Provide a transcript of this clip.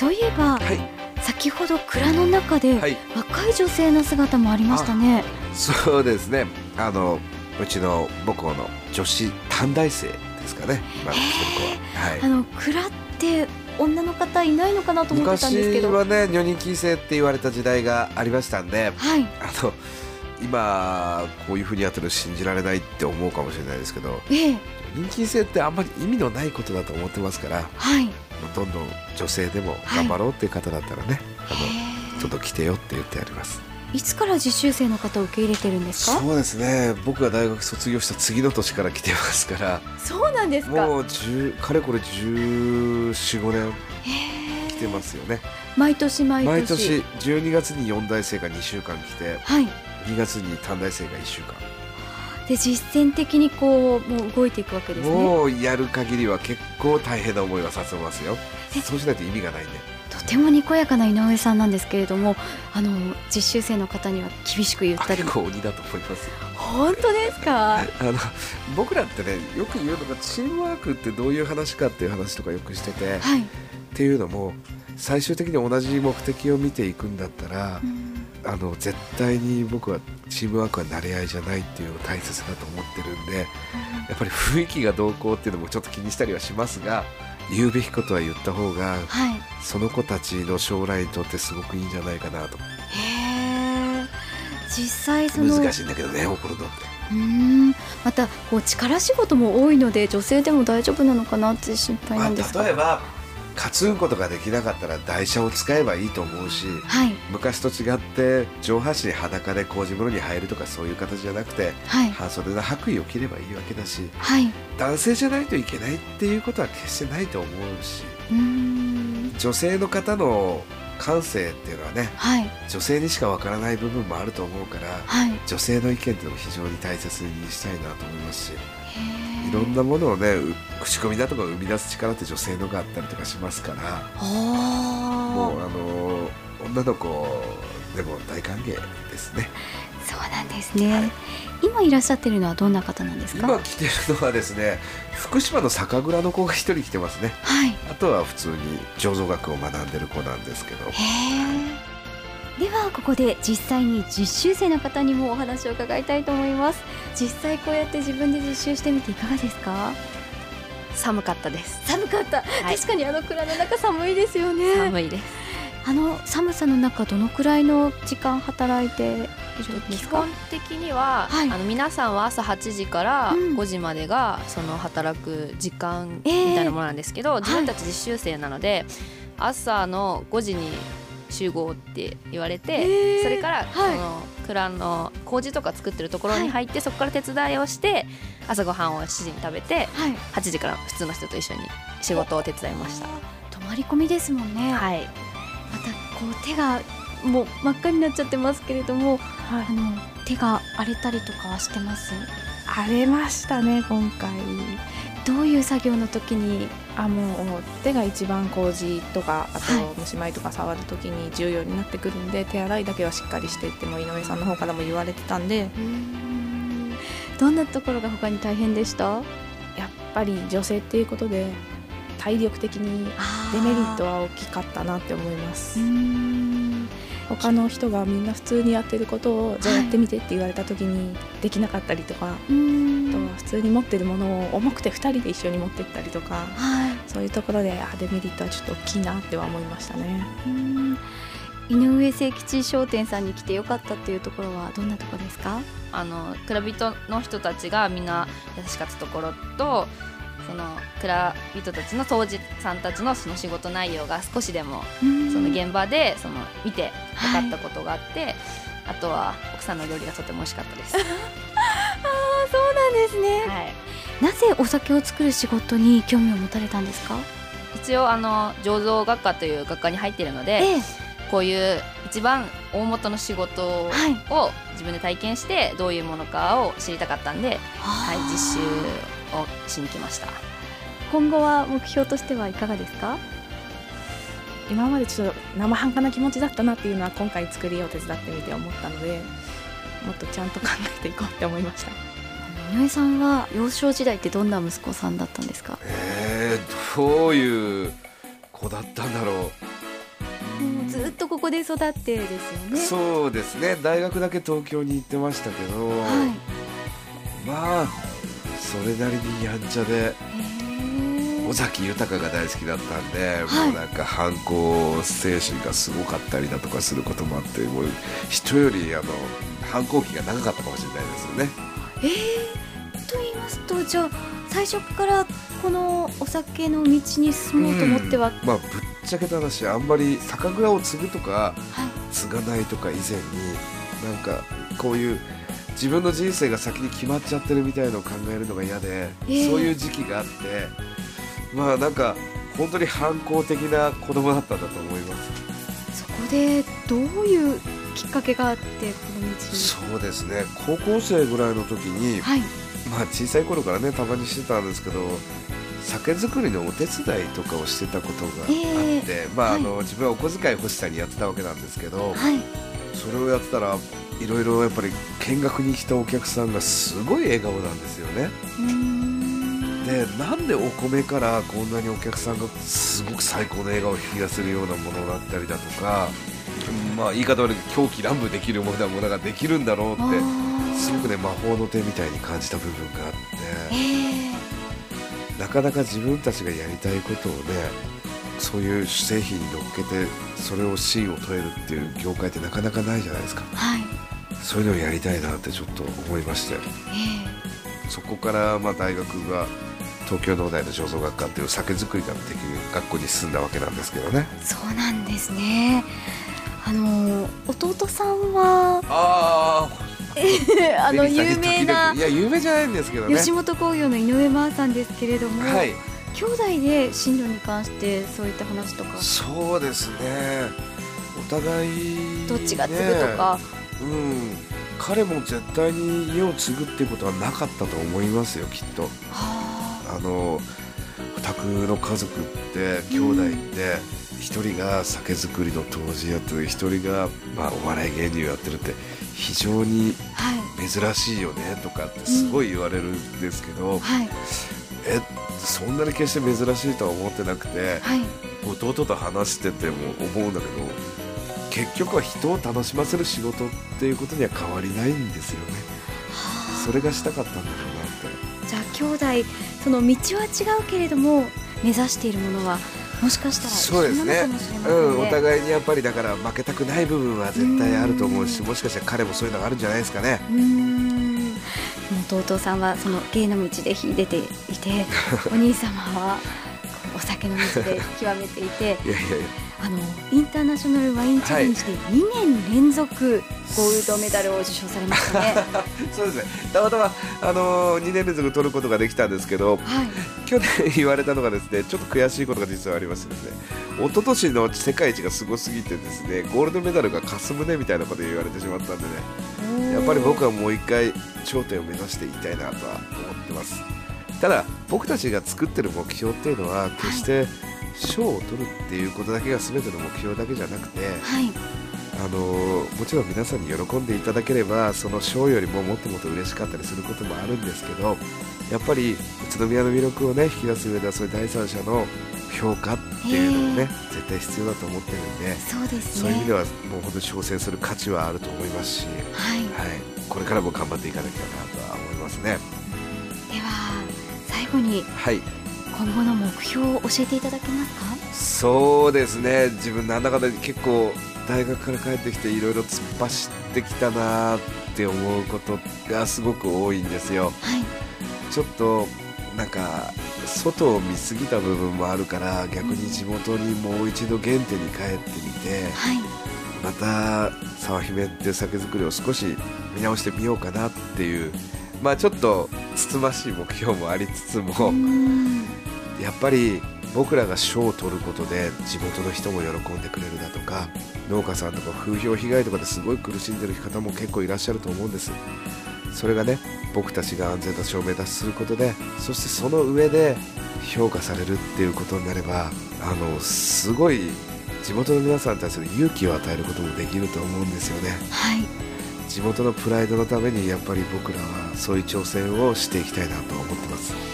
そういえば、 はい、 先ほど蔵の中ではい、 若い女性の姿もありましたね。 そうですね。うちの母校の女子短大生ですかね、今の来てる子は。はい、 蔵って女の方いないのかなと思ってたんですけど、 昔はね、女人禁制って言われた時代がありましたんで、 はい、 今こういうふうにやってるの信じられないって思うかもしれないですけど、 ええ、 女人禁制ってあんまり意味のないことだと思ってますから、 はい、 どんどん女性でも頑張ろうっていう方だったらね、 へちょっと来てよって言ってあります。 え、いつから実習生の方を受け入れてるんですか？ そうですね、僕が大学卒業した次の年から来てますから、 そうなんですか。 もうかれこれ14、15年へえ、 来てますよね。 毎年毎年12月に4大生が2週間来て、 はい、 2月に短大生が1週間。 で実践的にこうもう動いていくわけですね。 もうやる限りは結構大変な思いはさせますよ。そうしないと意味がないんで。 とてもにこやかな井上さんなんですけれども、実習生の方には厳しく言ったりも。 結構鬼だと思いますよ。 本当ですか？ 僕らってね、よく言うのがチームワークってどういう話かっていう話とかよくしてて、 はい、 っていうのも最終的に同じ目的を見ていくんだったら、絶対に僕はチームワークは慣れ合いじゃないっていうのが大切だと思ってるんで、やっぱり雰囲気がどうこうっていうのもちょっと気にしたりはしますが、言うべきことは言った方が、 はい、 その子たちの将来にとってすごくいいんじゃないかなと。 へえ、実際その難しいんだけどね、怒るのって。 またこう力仕事も多いので女性でも大丈夫なのかなって心配なんですが、 例えば担ぐことができなかったら台車を使えばいいと思うし、 はい、 昔と違って上半身裸で麹風呂に入るとかそういう形じゃなくて、 はい、 半袖の白衣を着ればいいわけだし、 はい、 男性じゃないといけないっていうことは決してないと思うし、女性の方の感性っていうのはね、 はい、 女性にしかわからない部分もあると思うから、 はい、 女性の意見っていうのも非常に大切にしたいなと思いますし、 へいろんなものをね、口コミだとか生み出す力って女性のがあったりとかしますから、もう女の子でも大歓迎ですね。 そうなんですね、はい、今いらっしゃってるのはどんな方なんですか？ 今来てるのはですね、福島の酒蔵の子が一人来てますね、 はい、 あとは普通に醸造学を学んでる子なんですけど。 ではここで実際に実習生の方にもお話を伺いたいと思います。実際こうやって自分で実習してみていかがですか？ 寒かったです。 寒かった、 はい、 確かに蔵の中寒いですよね。 寒いです。 寒さの中どのくらいの時間働いているんですか？ 基本的には、はい、皆さんは朝8時から5時までがその働く時間みたいなものなんですけど、自分たち実習生なので、朝の5時に集合って言われて、それから、その蔵の麹とか作ってるところに入って、そこから手伝いをして朝ごはんを7時に食べて、8時から普通の人と一緒に仕事を手伝いました。 泊まり込みですもんね。 はい、 またこう手がもう真っ赤になっちゃってますけれども、はい、手が荒れたりとかはしてます？ 荒れましたね、今回。 どういう作業の時に？ もう手が一番麹とか、あと蒸し米とか触る時に重要になってくるんで、手洗いだけはしっかりしていっても井上さんの方からも言われてたんで。 どんなところが他に大変でした？ やっぱり女性っていうことで体力的にデメリットは大きかったなって思います。他の人がみんな普通にやってることをじゃあやってみてって言われた時にできなかったりとか、あとは普通に持ってるものを重くて2人で一緒に持ってったりとか、そういうところでデメリットはちょっと大きいなっては思いましたね。 井上清吉商店さんに来てよかったっていうところはどんなところですか？ 蔵人の人たちがみんな優しかったところと、その蔵人たちの杜氏さんたちのその仕事内容が少しでもその現場でその見て分かったことがあって、あとは奥さんの料理がとても美味しかったです。 そうなんですね、なぜお酒を作る仕事に興味を持たれたんですか？ 一応醸造学科という学科に入っているので、こういう一番大元の仕事を自分で体験してどういうものかを知りたかったんで、実習をしに来ました。 今後は目標としてはいかがですか？ 今までちょっと生半可な気持ちだったなっていうのは今回作りを手伝ってみて思ったので、もっとちゃんと考えていこうって思いました。 井上さんは幼少時代ってどんな息子さんだったんですか？ どういう子だったんだろう。 もうずっとここで育ってですよね。 そうですね、大学だけ東京に行ってましたけど、まあそれなりにやんちゃで、尾崎豊が大好きだったんで、もうなんか反抗精神がすごかったりだとかすることもあって、もう人より反抗期が長かったかもしれないですよね。 と言いますと、じゃあ最初からこのお酒の道に進もうと思っては、 まあぶっちゃけた話、あんまり酒蔵を継ぐとか、継がないとか以前に、なんかこういう自分の人生が先に決まっちゃってるみたいのを考えるのが嫌で、そういう時期があって、まあなんか本当に反抗的な子供だったんだと思います。 そこでどういうきっかけがあってこの道に？ そうですね、高校生ぐらいの時に、まあ小さい頃からねたまにしてたんですけど、酒造りのお手伝いとかをしてたことがあって、まあ自分はお小遣い欲しさにやってたわけなんですけど、それをやってたらいろいろやっぱり見学に来たお客さんがすごい笑顔なんですよね。で、なんでお米からこんなにお客さんがすごく最高の笑顔を引き出せるようなものだったりだとか、まあ言い方悪いけど狂気乱舞できるものができるんだろうって、すごくね魔法の手みたいに感じた部分があって、なかなか自分たちがやりたいことをね、そういう製品に乗っけてそれを芯を問えるっていう業界ってなかなかないじゃないですか。そういうのをやりたいなってちょっと思いまして、そこからまあ大学が東京農大の醸造学科っていう酒造りができる学校に進んだわけなんですけどね。 そうなんですね。弟さんは有名な、 いや有名じゃないんですけどね、 吉本興業の井上真央さんですけれども、兄弟で進路に関してそういった話とか？ そうですね、お互い、 どっちが継ぐとか、 彼も絶対に家を継ぐっていうことはなかったと思いますよ、きっと。お宅の家族って兄弟って一人が酒造りの杜氏やってる、一人がまあお笑い芸人をやってるって非常に珍しいよねとかってすごい言われるんですけど、そんなに決して珍しいとは思ってなくて、弟と話してても思うんだけど、結局は人を楽しませる仕事っていうことには変わりないんですよね。それがしたかったんだろうなって。 じゃあ兄弟、その道は違うけれども目指しているものはもしかしたら一緒なのかもしれませんね。 お互いにやっぱりだから負けたくない部分は絶対あると思うし、もしかしたら彼もそういうのがあるんじゃないですかね。 弟さんはその芸の道で秀でていてお兄様はお酒の道で極めていてインターナショナルワインチャレンジで2年連続ゴールドメダルを受賞されましたね。 そうですね、たまたま2年連続取ることができたんですけど、去年言われたのがですね、ちょっと悔しいことが実はありましてですね、一昨年の世界一がすごすぎてですね、ゴールドメダルがかすむねみたいなこと言われてしまったんでね、やっぱり僕はもう一回頂点を目指していきたいなとは思ってます。ただ僕たちが作ってる目標っていうのは決して賞を取るっていうことだけが全ての目標だけじゃなくて、もちろん皆さんに喜んでいただければその賞よりももっともっと嬉しかったりすることもあるんですけど、やっぱり宇都宮の魅力をね引き出す上ではそういう第三者の評価っていうのもね絶対必要だと思ってるんで、そういう意味ではもう本当に挑戦する価値はあると思いますし、これからも頑張っていかなきゃなとは思いますね。 では最後に、今後の目標を教えていただけますか？ そうですね、自分なんだかんだ結構大学から帰ってきていろいろ突っ走ってきたなって思うことがすごく多いんですよ。ちょっとなんか外を見過ぎた部分もあるから、逆に地元にもう一度原点に帰ってみて、また沢姫っていう酒造りを少し見直してみようかなっていう、ちょっとつつましい目標もありつつも、やっぱり僕らが賞を取ることで地元の人も喜んでくれるだとか、農家さんとか風評被害とかですごい苦しんでる方も結構いらっしゃると思うんです。それがね、僕たちが安全な証明脱出することで、そしてその上で評価されるっていうことになれば、すごい地元の皆さんに対する勇気を与えることもできると思うんですよね。地元のプライドのためにやっぱり僕らはそういう挑戦をしていきたいなと思ってます。